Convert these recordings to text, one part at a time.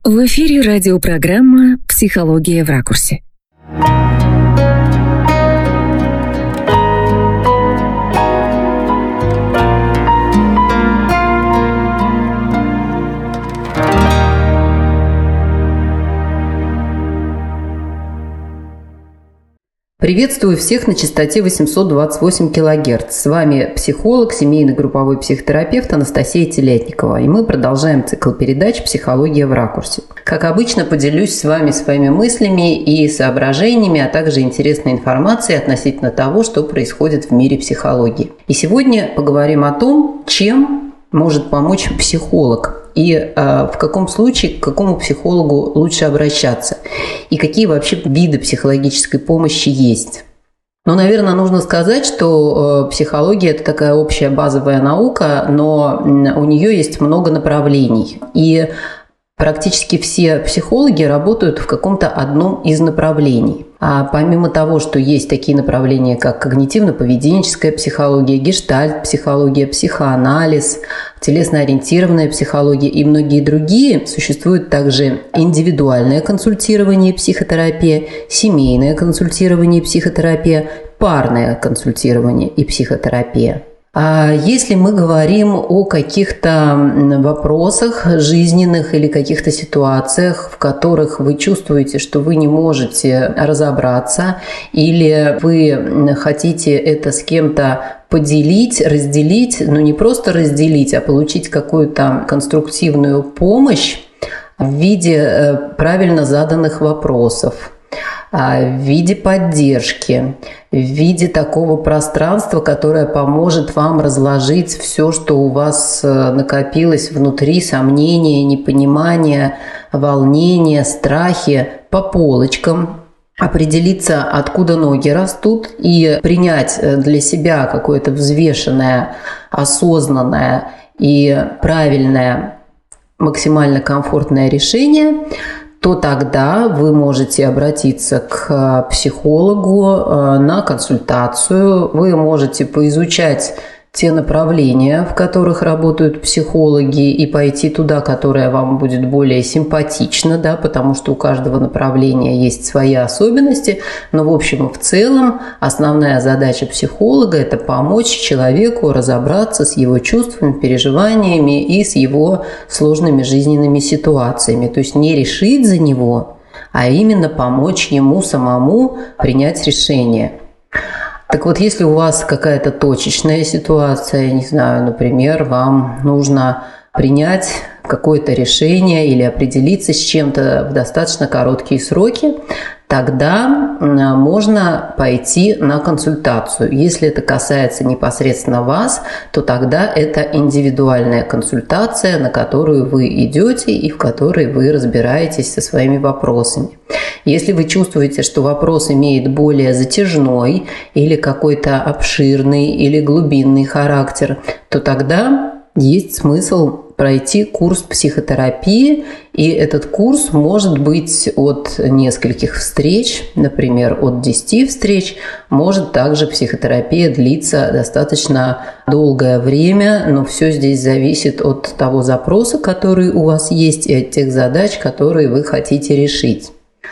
В эфире радиопрограмма «Психология в ракурсе». Приветствую всех на частоте 828 кГц. С вами психолог, семейный групповой психотерапевт Анастасия Телятникова. И мы продолжаем цикл передач «Психология в ракурсе». Как обычно, поделюсь с вами своими мыслями и соображениями, а также интересной информацией относительно того, что происходит в мире психологии. И сегодня поговорим о том, чем может помочь психолог. И в каком случае к какому психологу лучше обращаться. И какие вообще виды психологической помощи есть. Ну, наверное, нужно сказать, что психология – это такая общая базовая наука, но у нее есть много направлений. И практически все психологи работают в каком-то одном из направлений. А помимо того, что есть такие направления, как когнитивно-поведенческая психология, гештальт-психология, психоанализ, телесно-ориентированная психология и многие другие, существует также индивидуальное консультирование и психотерапия, семейное консультирование и психотерапия, парное консультирование и психотерапия. А если мы говорим о каких-то вопросах жизненных или каких-то ситуациях, в которых вы чувствуете, что вы не можете разобраться, или вы хотите это с кем-то поделить, разделить, но не просто разделить, а получить какую-то конструктивную помощь в виде правильно заданных вопросов, в виде поддержки, в виде такого пространства, которое поможет вам разложить все, что у вас накопилось внутри, сомнения, непонимания, волнения, страхи, по полочкам, определиться, откуда ноги растут, и принять для себя какое-то взвешенное, осознанное и правильное, максимально комфортное решение, то тогда вы можете обратиться к психологу на консультацию. Вы можете поизучать те направления, в которых работают психологи, и пойти туда, которое вам будет более симпатично, да, потому что у каждого направления есть свои особенности. Но в общем и в целом основная задача психолога – это помочь человеку разобраться с его чувствами, переживаниями и с его сложными жизненными ситуациями. То есть не решить за него, а именно помочь ему самому принять решение. Так вот, если у вас какая-то точечная ситуация, не знаю, например, вам нужно принять какое-то решение или определиться с чем-то в достаточно короткие сроки, тогда можно пойти на консультацию. Если это касается непосредственно вас, то тогда это индивидуальная консультация, на которую вы идете и в которой вы разбираетесь со своими вопросами. Если вы чувствуете, что вопрос имеет более затяжной или какой-то обширный или глубинный характер, то тогда есть смысл пройти курс психотерапии, и этот курс может быть от нескольких встреч, например, от 10 встреч. Может также психотерапия длиться достаточно долгое время, но все здесь зависит от того запроса, который у вас есть, и от тех задач, которые вы хотите решить.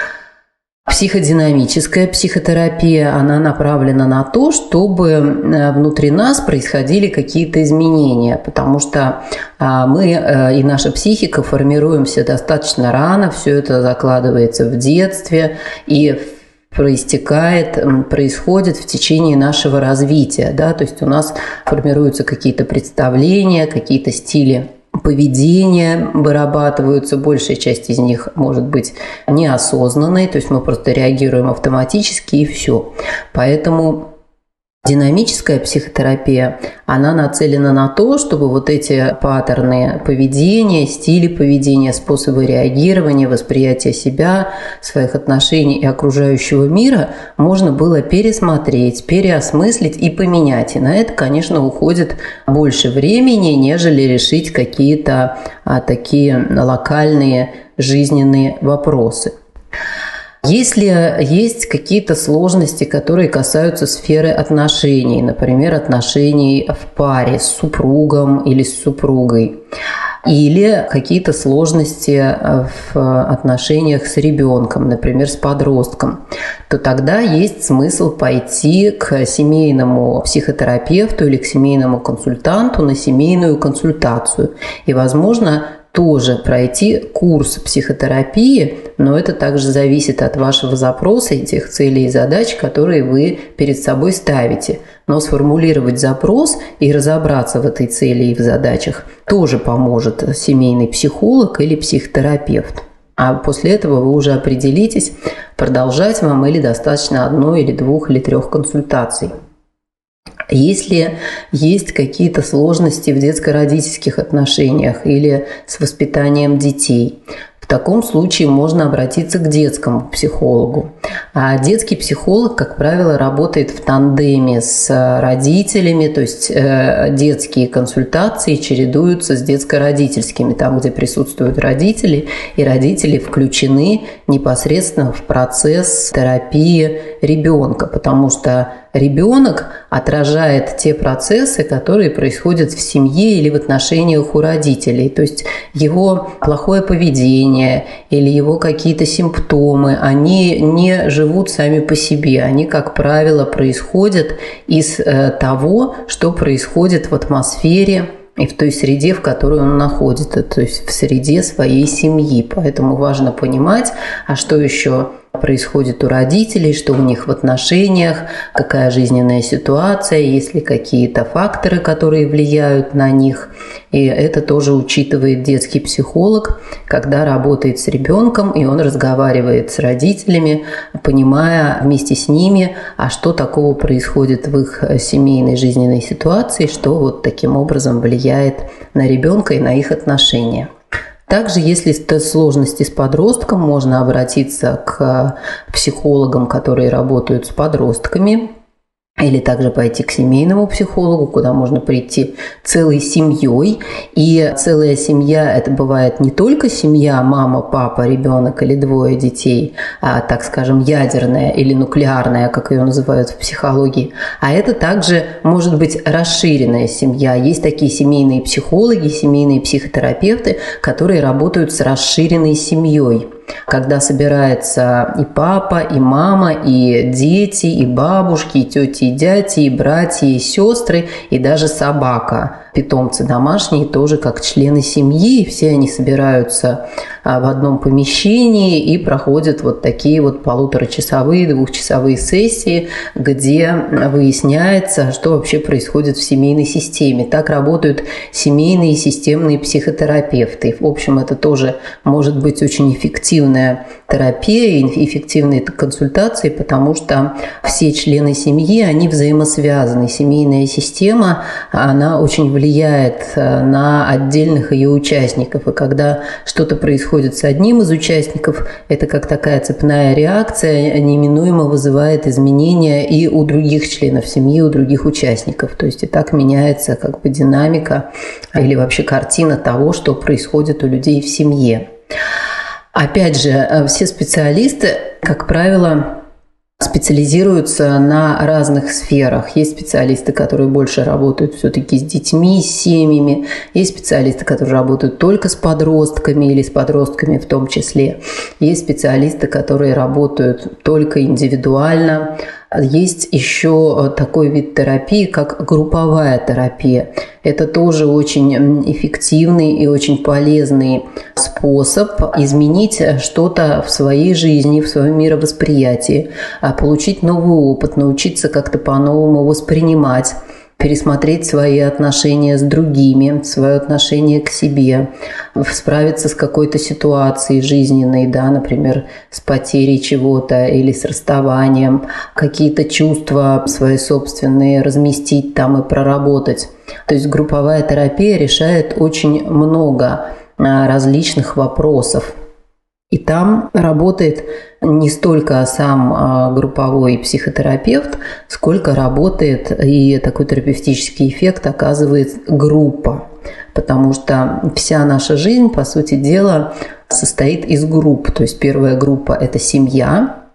Психодинамическая психотерапия, она направлена на то, чтобы внутри нас происходили какие-то изменения, потому что мы и наша психика формируемся достаточно рано, все это закладывается в детстве и происходит в течение нашего развития. Да? То есть у нас формируются какие-то представления, какие-то стили поведения вырабатываются, большая часть из них может быть неосознанной, то есть мы просто реагируем автоматически и все. Поэтому динамическая психотерапия, она нацелена на то, чтобы вот эти паттерны поведения, стили поведения, способы реагирования, восприятия себя, своих отношений и окружающего мира можно было пересмотреть, переосмыслить и поменять. И на это, конечно, уходит больше времени, нежели решить какие-то такие локальные жизненные вопросы. Если есть какие-то сложности, которые касаются сферы отношений, например, отношений в паре с супругом или с супругой, или какие-то сложности в отношениях с ребенком, например, с подростком, то тогда есть смысл пойти к семейному психотерапевту или к семейному консультанту на семейную консультацию. И, возможно, тоже пройти курс психотерапии, но это также зависит от вашего запроса и тех целей и задач, которые вы перед собой ставите. Но сформулировать запрос и разобраться в этой цели и в задачах тоже поможет семейный психолог или психотерапевт. А после этого вы уже определитесь, продолжать вам или достаточно одной или двух или трех консультаций. Если есть какие-то сложности в детско-родительских отношениях или с воспитанием детей, в таком случае можно обратиться к детскому психологу. А детский психолог, как правило, работает в тандеме с родителями, то есть детские консультации чередуются с детско-родительскими, там, где присутствуют родители, и родители включены непосредственно в процесс терапии ребенка, потому что ребенок отражает те процессы, которые происходят в семье или в отношениях у родителей. То есть его плохое поведение или его какие-то симптомы, они не живут сами по себе. Они, как правило, происходят из того, что происходит в атмосфере и в той среде, в которой он находится, то есть в среде своей семьи. Поэтому важно понимать, а что еще происходит у родителей, что у них в отношениях, какая жизненная ситуация, есть ли какие-то факторы, которые влияют на них. И это тоже учитывает детский психолог, когда работает с ребенком, и он разговаривает с родителями, понимая вместе с ними, а что такого происходит в их семейной жизненной ситуации, что вот таким образом влияет на ребенка и на их отношения. Также, если сложности с подростком, можно обратиться к психологам, которые работают с подростками, или также пойти к семейному психологу, куда можно прийти целой семьей. И целая семья – это бывает не только семья, мама, папа, ребенок или двое детей, а, так скажем, ядерная или нуклеарная, как ее называют в психологии, а это также может быть расширенная семья. Есть такие семейные психологи, семейные психотерапевты, которые работают с расширенной семьей, когда собирается и папа, и мама, и дети, и бабушки, и тети, и дяди, и братья, и сестры, и даже собака. Питомцы домашние тоже как члены семьи, и все они собираются в одном помещении и проходят вот такие вот 1,5-часовые, 2-часовые сессии, где выясняется, что вообще происходит в семейной системе. Так работают семейные и системные психотерапевты. В общем, это тоже может быть очень эффективная терапия и эффективные консультации, потому что все члены семьи, они взаимосвязаны. Семейная система, она очень влияет на отдельных ее участников. И когда что-то происходит с одним из участников, это как такая цепная реакция неминуемо вызывает изменения и у других членов семьи, у других участников. То есть и так меняется как бы динамика или вообще картина того, что происходит у людей в семье. Опять же, все специалисты, как правило, специализируются на разных сферах. Есть специалисты, которые больше работают все-таки с детьми, с семьями. Есть специалисты, которые работают только с подростками или с подростками в том числе. Есть специалисты, которые работают только индивидуально. Есть еще такой вид терапии, как групповая терапия. Это тоже очень эффективный и очень полезный способ изменить что-то в своей жизни, в своем мировосприятии, получить новый опыт, научиться как-то по-новому воспринимать, пересмотреть свои отношения с другими, свое отношение к себе, справиться с какой-то ситуацией жизненной, да, например, с потерей чего-то или с расставанием, какие-то чувства свои собственные разместить там и проработать. То есть групповая терапия решает очень много различных вопросов. И там работает не столько сам групповой психотерапевт, сколько работает и такой терапевтический эффект оказывает группа. Потому что вся наша жизнь, по сути дела, состоит из групп. То есть первая группа – это семья,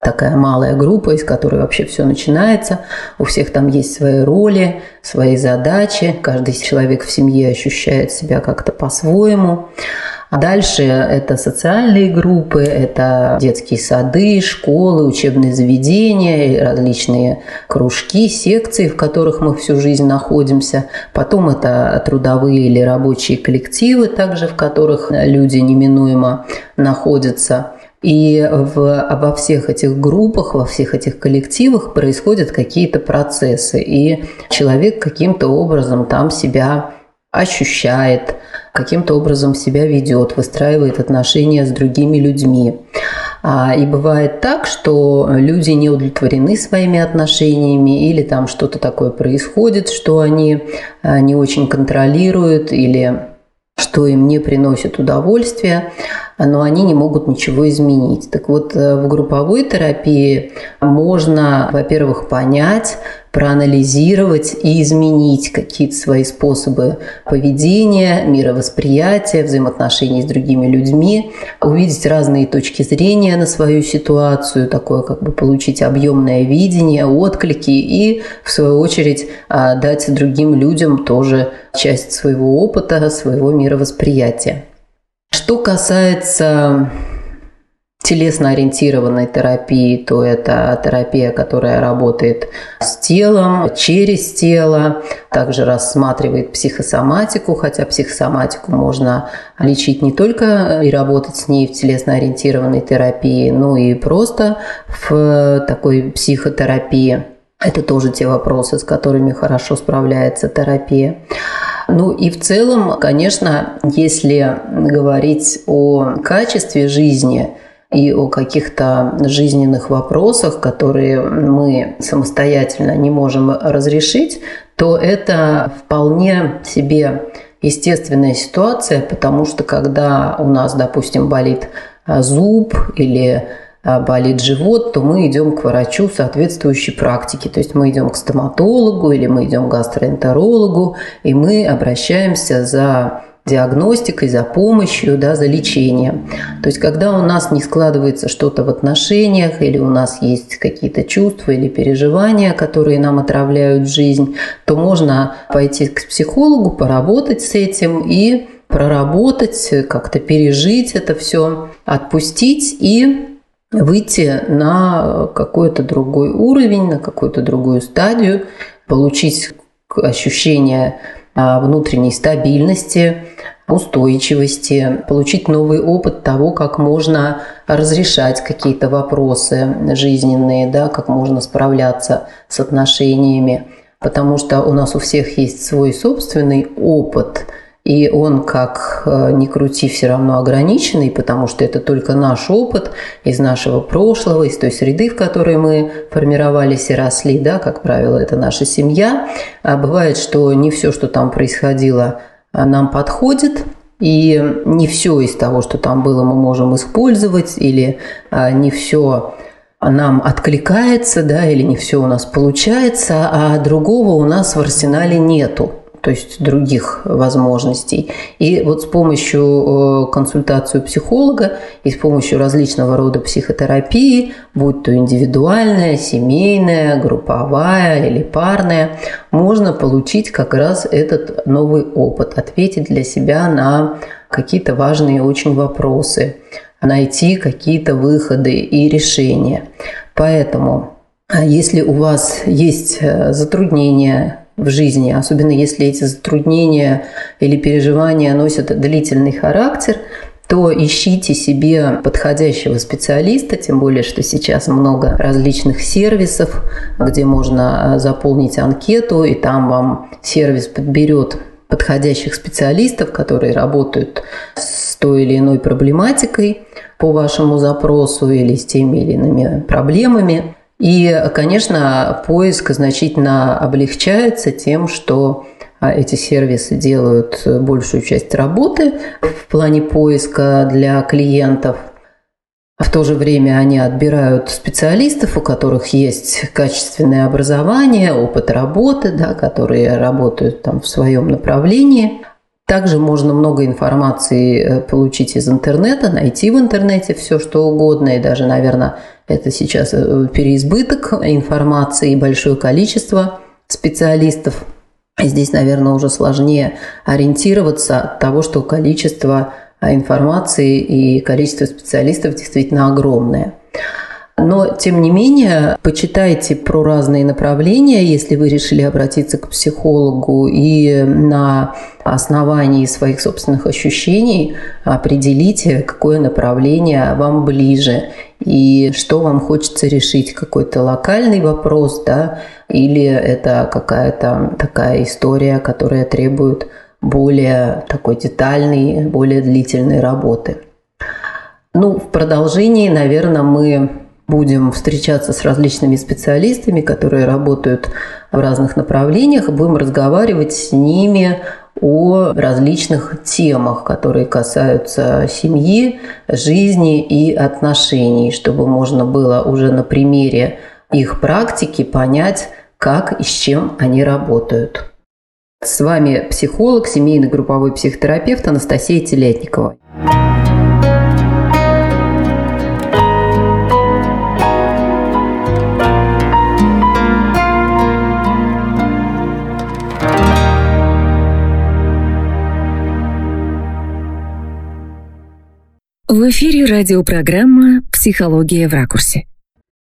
такая малая группа, из которой вообще все начинается. У всех там есть свои роли, свои задачи. Каждый человек в семье ощущает себя как-то по-своему. А дальше это социальные группы, это детские сады, школы, учебные заведения, различные кружки, секции, в которых мы всю жизнь находимся. Потом это трудовые или рабочие коллективы, также в которых люди неминуемо находятся. И во всех этих группах, во всех этих коллективах происходят какие-то процессы. И человек каким-то образом там себя ощущает, каким-то образом себя ведет, выстраивает отношения с другими людьми. И бывает так, что люди не удовлетворены своими отношениями, или там что-то такое происходит, что они не очень контролируют, или что им не приносит удовольствия, но они не могут ничего изменить. Так вот, в групповой терапии можно, во-первых, понять, проанализировать и изменить какие-то свои способы поведения, мировосприятия, взаимоотношений с другими людьми, увидеть разные точки зрения на свою ситуацию, такое как бы получить объемное видение, отклики и, в свою очередь, дать другим людям тоже часть своего опыта, своего мировосприятия. Что касается телесно-ориентированной терапии, то это терапия, которая работает с телом, через тело, также рассматривает психосоматику, хотя психосоматику можно лечить не только и работать с ней в телесно-ориентированной терапии, но и просто в такой психотерапии. Это тоже те вопросы, с которыми хорошо справляется терапия. Ну и в целом, конечно, если говорить о качестве жизни и о каких-то жизненных вопросах, которые мы самостоятельно не можем разрешить, то это вполне себе естественная ситуация, потому что когда у нас, допустим, болит зуб или болит живот, то мы идем к врачу соответствующей практики. То есть мы идем к стоматологу или мы идем к гастроэнтерологу, и мы обращаемся за диагностикой, за помощью, за лечением. То есть когда у нас не складывается что-то в отношениях, или у нас есть какие-то чувства или переживания, которые нам отравляют жизнь, то можно пойти к психологу, поработать с этим и проработать, как-то пережить это все, отпустить и выйти на какой-то другой уровень, на какую-то другую стадию, получить ощущение внутренней стабильности, устойчивости, получить новый опыт того, как можно разрешать какие-то вопросы жизненные, как можно справляться с отношениями, потому что у нас у всех есть свой собственный опыт, и он, как ни крути, все равно ограниченный, потому что это только наш опыт из нашего прошлого, из той среды, в которой мы формировались и росли, как правило, это наша семья. А бывает, что не все, что там происходило, нам подходит, и не все из того, что там было, мы можем использовать, или не все нам откликается, или не все у нас получается, а другого у нас в арсенале нету. То есть других возможностей. И вот с помощью консультации у психолога и с помощью различного рода психотерапии, будь то индивидуальная, семейная, групповая или парная, можно получить как раз этот новый опыт, ответить для себя на какие-то важные очень вопросы, найти какие-то выходы и решения. Поэтому, если у вас есть затруднения в жизни, особенно если эти затруднения или переживания носят длительный характер, то ищите себе подходящего специалиста, тем более, что сейчас много различных сервисов, где можно заполнить анкету, и там вам сервис подберет подходящих специалистов, которые работают с той или иной проблематикой по вашему запросу или с теми или иными проблемами. И, конечно, поиск значительно облегчается тем, что эти сервисы делают большую часть работы в плане поиска для клиентов. В то же время они отбирают специалистов, у которых есть качественное образование, опыт работы, которые работают там в своем направлении. Также можно много информации получить из интернета, найти в интернете все, что угодно, и даже, наверное, это сейчас переизбыток информации и большое количество специалистов. Здесь, наверное, уже сложнее ориентироваться от того, что количество информации и количество специалистов действительно огромное. Но, тем не менее, почитайте про разные направления, если вы решили обратиться к психологу, и на основании своих собственных ощущений определите, какое направление вам ближе и что вам хочется решить, какой-то локальный вопрос, да, или это какая-то такая история, которая требует более такой детальной, более длительной работы. В продолжении, наверное, мы будем встречаться с различными специалистами, которые работают в разных направлениях, и будем разговаривать с ними о различных темах, которые касаются семьи, жизни и отношений, чтобы можно было уже на примере их практики понять, как и с чем они работают. С вами психолог, семейный групповой психотерапевт Анастасия Телятникова. В эфире радиопрограмма «Психология в ракурсе».